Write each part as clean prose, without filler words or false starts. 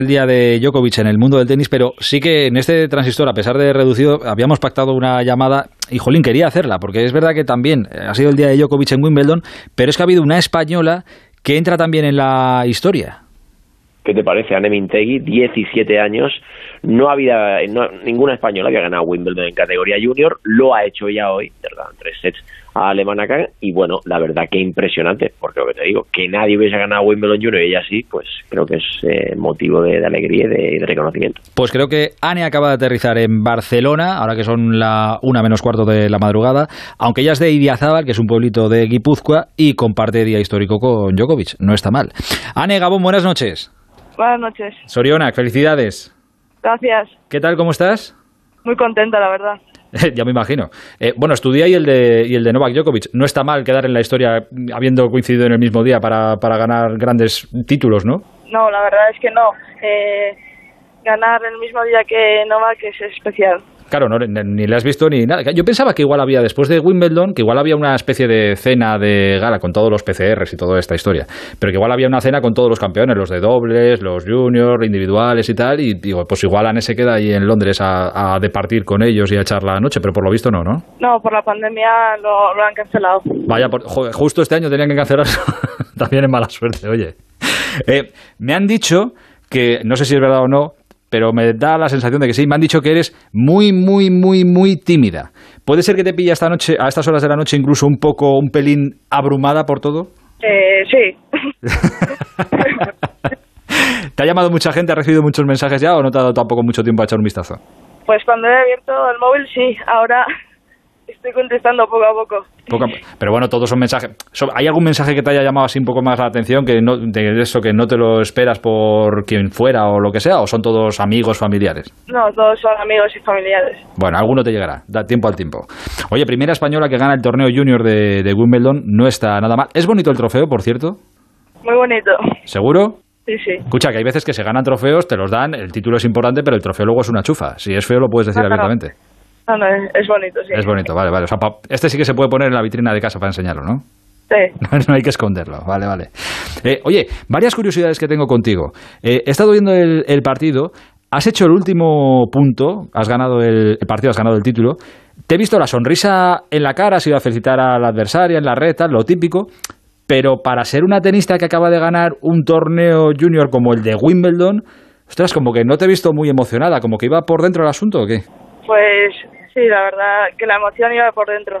el día de Djokovic en el mundo del tenis, pero sí que en este transistor, a pesar de reducido, habíamos pactado una llamada y, jolín, quería hacerla, porque es verdad que también ha sido el día de Djokovic en Wimbledon, pero es que ha habido una española que entra también en la historia. ¿Qué te parece? Anne Mintegui, 17 años, ninguna española había ganado Wimbledon en categoría junior, lo ha hecho ella hoy, ¿verdad? 3 sets a Alemana Kahn, y bueno, la verdad que impresionante, porque lo que te digo, que nadie hubiese ganado Wimbledon junior y ella sí, pues creo que es motivo de alegría y de reconocimiento. Pues creo que Anne acaba de aterrizar en Barcelona, ahora que son la 1:15 de la madrugada, aunque ella es de Idiazábal, que es un pueblito de Guipúzcoa, y comparte día histórico con Djokovic, no está mal. Anne, Gabón, buenas noches. Buenas noches. Sorionak, felicidades. Gracias. ¿Qué tal, cómo estás? Muy contenta, la verdad. Ya me imagino. Bueno, es tu día y el de Novak Djokovic. No está mal quedar en la historia habiendo coincidido en el mismo día para ganar grandes títulos, ¿no? No, la verdad es que no. Ganar el mismo día que Novak es especial. Claro, no, ni le has visto ni nada. Yo pensaba que igual había, después de Wimbledon, que igual había una especie de cena de gala con todos los PCRs y toda esta historia. Pero que igual había una cena con todos los campeones, los de dobles, los juniors, individuales y tal. Y digo, pues igual Anne se queda ahí en Londres a departir con ellos y a echar la noche, pero por lo visto no, ¿no? No, por la pandemia lo han cancelado. Vaya, joder, justo este año tenían que cancelar. También es mala suerte, oye. Me han dicho que, no sé si es verdad o no, pero me da la sensación de que sí. Me han dicho que eres muy, muy, muy, muy tímida. ¿Puede ser que te pille esta noche, a estas horas de la noche, incluso un pelín abrumada por todo? Sí. ¿Te ha llamado mucha gente? ¿Has recibido muchos mensajes ya o no te ha dado tampoco mucho tiempo a echar un vistazo? Pues cuando he abierto el móvil, sí. Ahora estoy contestando poco a poco. Pero bueno, todos son mensajes. ¿Hay algún mensaje que te haya llamado así un poco más la atención, que no, de eso que no te lo esperas por quien fuera o lo que sea, o son todos amigos, familiares? No, todos son amigos y familiares. Bueno, alguno te llegará, da tiempo al tiempo. Oye, primera española que gana el torneo junior de Wimbledon, no está nada mal. ¿Es bonito el trofeo, por cierto? Muy bonito. ¿Seguro? Sí, sí. Escucha, que hay veces que se ganan trofeos, te los dan, el título es importante, pero el trofeo luego es una chufa. Si es feo lo puedes decir abiertamente. No, es bonito, sí. Es bonito, vale. O sea, este sí que se puede poner en la vitrina de casa para enseñarlo, ¿no? Sí. No hay que esconderlo, vale. Oye, varias curiosidades que tengo contigo. He estado viendo el partido, has hecho el último punto, has ganado el partido, has ganado el título. Te he visto la sonrisa en la cara, has ido a felicitar a la adversaria en la red, tal, lo típico. Pero para ser una tenista que acaba de ganar un torneo junior como el de Wimbledon, ostras, como que no te he visto muy emocionada, como que iba por dentro el asunto, ¿o qué? Pues sí, la verdad que la emoción iba por dentro.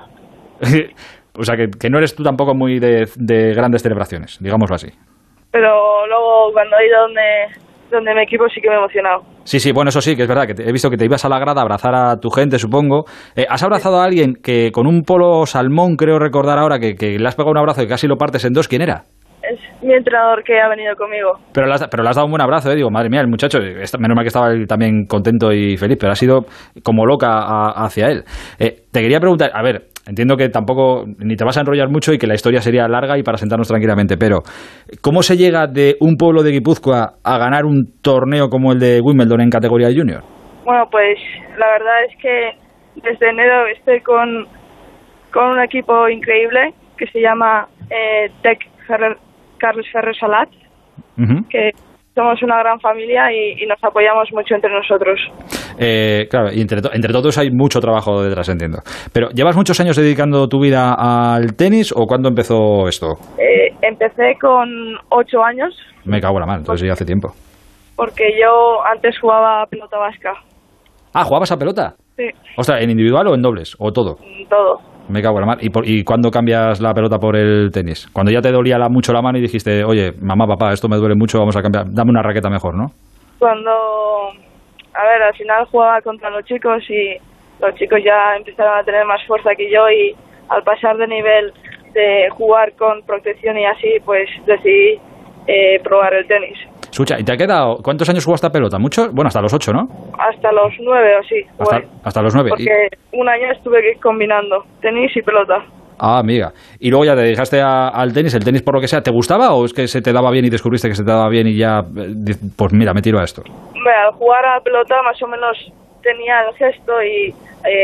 O sea, que no eres tú tampoco muy de grandes celebraciones, digámoslo así. Pero luego cuando he ido donde mi equipo sí que me he emocionado. Sí, bueno, eso sí, que es verdad, que he visto que te ibas a la grada a abrazar a tu gente, supongo. ¿Has abrazado a alguien que con un polo salmón, creo recordar ahora, que le has pegado un abrazo y casi lo partes en dos? ¿Quién era? Es mi entrenador que ha venido conmigo. Pero le has dado un buen abrazo, Digo, madre mía, el muchacho, menos mal que estaba él también contento y feliz, pero ha sido como loca hacia él. Te quería preguntar, a ver, entiendo que tampoco ni te vas a enrollar mucho y que la historia sería larga y para sentarnos tranquilamente, pero ¿cómo se llega de un pueblo de Guipúzcoa a ganar un torneo como el de Wimbledon en categoría junior? Bueno, pues la verdad es que desde enero estoy con un equipo increíble que se llama Tec Carles Ferrer Salat, que somos una gran familia y nos apoyamos mucho entre nosotros. Claro, y entre todos hay mucho trabajo detrás, entiendo. Pero, ¿llevas muchos años dedicando tu vida al tenis o cuándo empezó esto? Empecé con 8 años. Me cago en la mano, entonces ya hace tiempo. Porque yo antes jugaba pelota vasca. Ah, ¿jugabas a pelota? Sí. Ostras, ¿en individual o en dobles? ¿O todo? Todo. Me cago en la mano. ¿Y cuándo cambias la pelota por el tenis? Cuando ya te dolía mucho la mano y dijiste, oye, mamá, papá, esto me duele mucho, vamos a cambiar, dame una raqueta mejor, ¿no? Cuando, al final jugaba contra los chicos y los chicos ya empezaron a tener más fuerza que yo y al pasar de nivel de jugar con protección y así, pues decidí probar el tenis. Escucha, ¿y te ha quedado? ¿Cuántos años jugaste a pelota? ¿Muchos? Bueno, hasta los 8, ¿no? Hasta los 9 o así. Hasta los 9. Porque un año estuve combinando tenis y pelota. Ah, amiga. Y luego ya te dedicaste al tenis. ¿El tenis por lo que sea te gustaba o es que se te daba bien y descubriste que se te daba bien y ya, pues mira, me tiro a esto? Al jugar a pelota más o menos tenía el gesto y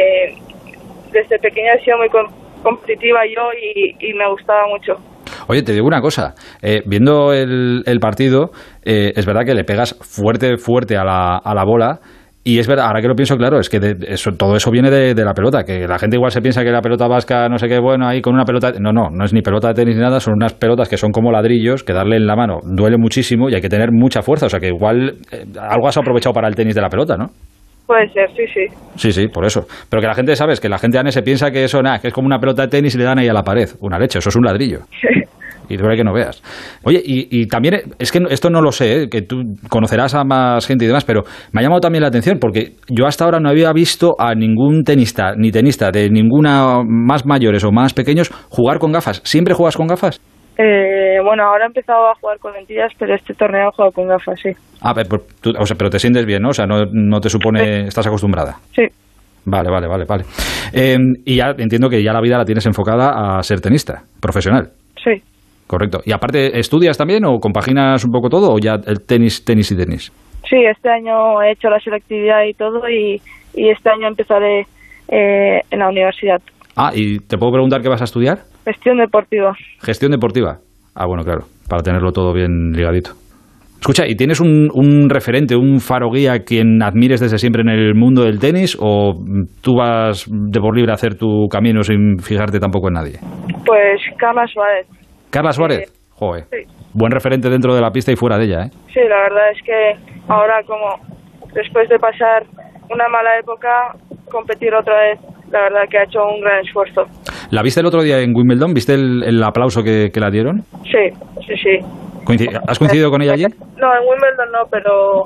desde pequeña he sido muy competitiva yo y me gustaba mucho. Oye, te digo una cosa, viendo el partido, es verdad que le pegas fuerte a la bola. Y es verdad, ahora que lo pienso, claro, es que todo eso viene de la pelota, que la gente igual se piensa que la pelota vasca, no sé qué, bueno, ahí con una pelota... No es ni pelota de tenis ni nada, son unas pelotas que son como ladrillos, que darle en la mano duele muchísimo y hay que tener mucha fuerza, o sea que igual algo has aprovechado para el tenis de la pelota, ¿no? Puede ser, sí. Sí, por eso. Pero que la gente, ¿sabes? Que la gente, Ane, se piensa que eso, que es como una pelota de tenis y le dan ahí a la pared. Una leche, eso es un ladrillo. Y de verdad que no veas. Oye, y también, es que esto no lo sé, que tú conocerás a más gente y demás, pero me ha llamado también la atención, porque yo hasta ahora no había visto a ningún tenista, ni tenista de ninguna, más mayores o más pequeños, jugar con gafas. ¿Siempre juegas con gafas? Bueno, ahora he empezado a jugar con lentillas, pero este torneo he jugado con gafas, sí. Pero te sientes bien, ¿no? O sea, no te supone... Sí. ¿Estás acostumbrada? Sí. Vale. Y ya entiendo que ya la vida la tienes enfocada a ser tenista, profesional. Sí. Correcto. ¿Y aparte estudias también o compaginas un poco todo o ya el tenis? Sí, este año he hecho la selectividad y todo y este año empezaré en la universidad. ¿Y te puedo preguntar qué vas a estudiar? Gestión deportiva. Gestión deportiva. Bueno, claro, para tenerlo todo bien ligadito. Escucha, ¿y tienes un referente, un faro guía a quien admires desde siempre en el mundo del tenis o tú vas de por libre a hacer tu camino sin fijarte tampoco en nadie? Pues Carla Suárez. ¿Carla Suárez? Joder. Sí. Buen referente dentro de la pista y fuera de ella, ¿eh? Sí, la verdad es que ahora, como después de pasar una mala época, competir otra vez, la verdad que ha hecho un gran esfuerzo. ¿La viste el otro día en Wimbledon? ¿Viste el aplauso que la dieron? Sí. ¿Has coincidido con ella allí? No, en Wimbledon no, pero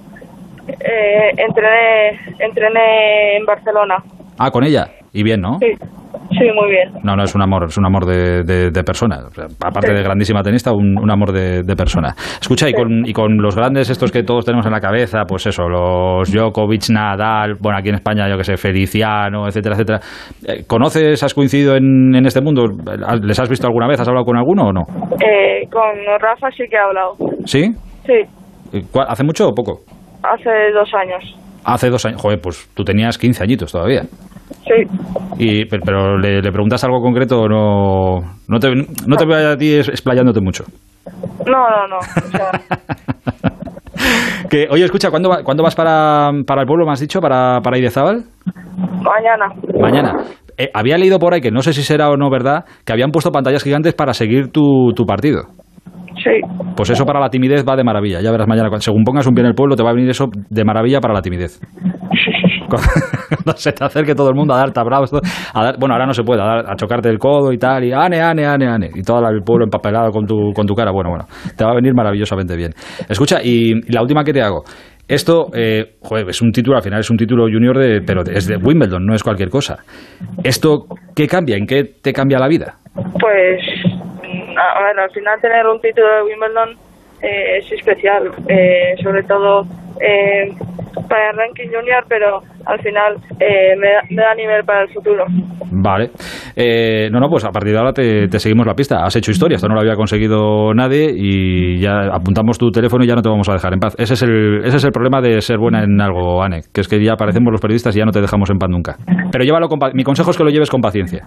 entrené en Barcelona. Con ella. Y bien, ¿no? Sí, muy bien. No, es un amor de persona. O sea, aparte de grandísima tenista, un amor de persona. Escucha, y con los grandes estos que todos tenemos en la cabeza, pues eso, los Djokovic, Nadal, bueno, aquí en España, yo que sé, Feliciano, etcétera. ¿Conoces, has coincidido en este mundo? ¿Les has visto alguna vez? ¿Has hablado con alguno o no? Con Rafa sí que he hablado. ¿Sí? Sí. ¿Hace mucho o poco? Hace 2 años. Hace 2 años. Joder, pues tú tenías 15 añitos todavía. Sí. Pero ¿le preguntas algo concreto o no te veo a ti explayándote mucho? No. O sea... Oye, escucha, ¿cuándo vas para el pueblo, me has dicho, para Idiazábal? Mañana. Había leído por ahí, que no sé si será o no verdad, que habían puesto pantallas gigantes para seguir tu partido. Sí. Pues eso para la timidez va de maravilla. Ya verás mañana, según pongas un pie en el pueblo, te va a venir eso de maravilla para la timidez. Cuando se te acerque todo el mundo a darte abrazos, bueno, ahora no se puede, a chocarte el codo y tal, y ane, y todo el pueblo empapelado con tu cara. Bueno, te va a venir maravillosamente bien. Escucha, y la última que te hago. Esto, es un título, al final es un título junior, pero es de Wimbledon, no es cualquier cosa. ¿Esto qué cambia? ¿En qué te cambia la vida? Pues, al final tener un título de Wimbledon es especial, sobre todo para el ranking junior, pero al final me da nivel para el futuro. Vale. Pues a partir de ahora te seguimos la pista. Has hecho historia, esto no lo había conseguido nadie y ya apuntamos tu teléfono y ya no te vamos a dejar en paz. Ese es el problema de ser buena en algo, Ane, que es que ya parecemos los periodistas y ya no te dejamos en paz nunca. Pero llévalo mi consejo es que lo lleves con paciencia.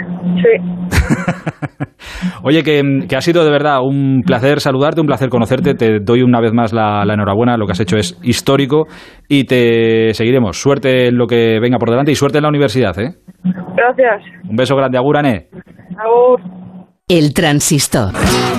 Sí. Oye, que ha sido de verdad un placer saludarte, un placer conocerte. Te doy una vez más la enhorabuena. Lo que has hecho es histórico y te seguiremos. Suerte en lo que venga por delante y suerte en la universidad, ¿eh? Gracias. Un beso grande. Agur, Ane. Agur. El Transistor.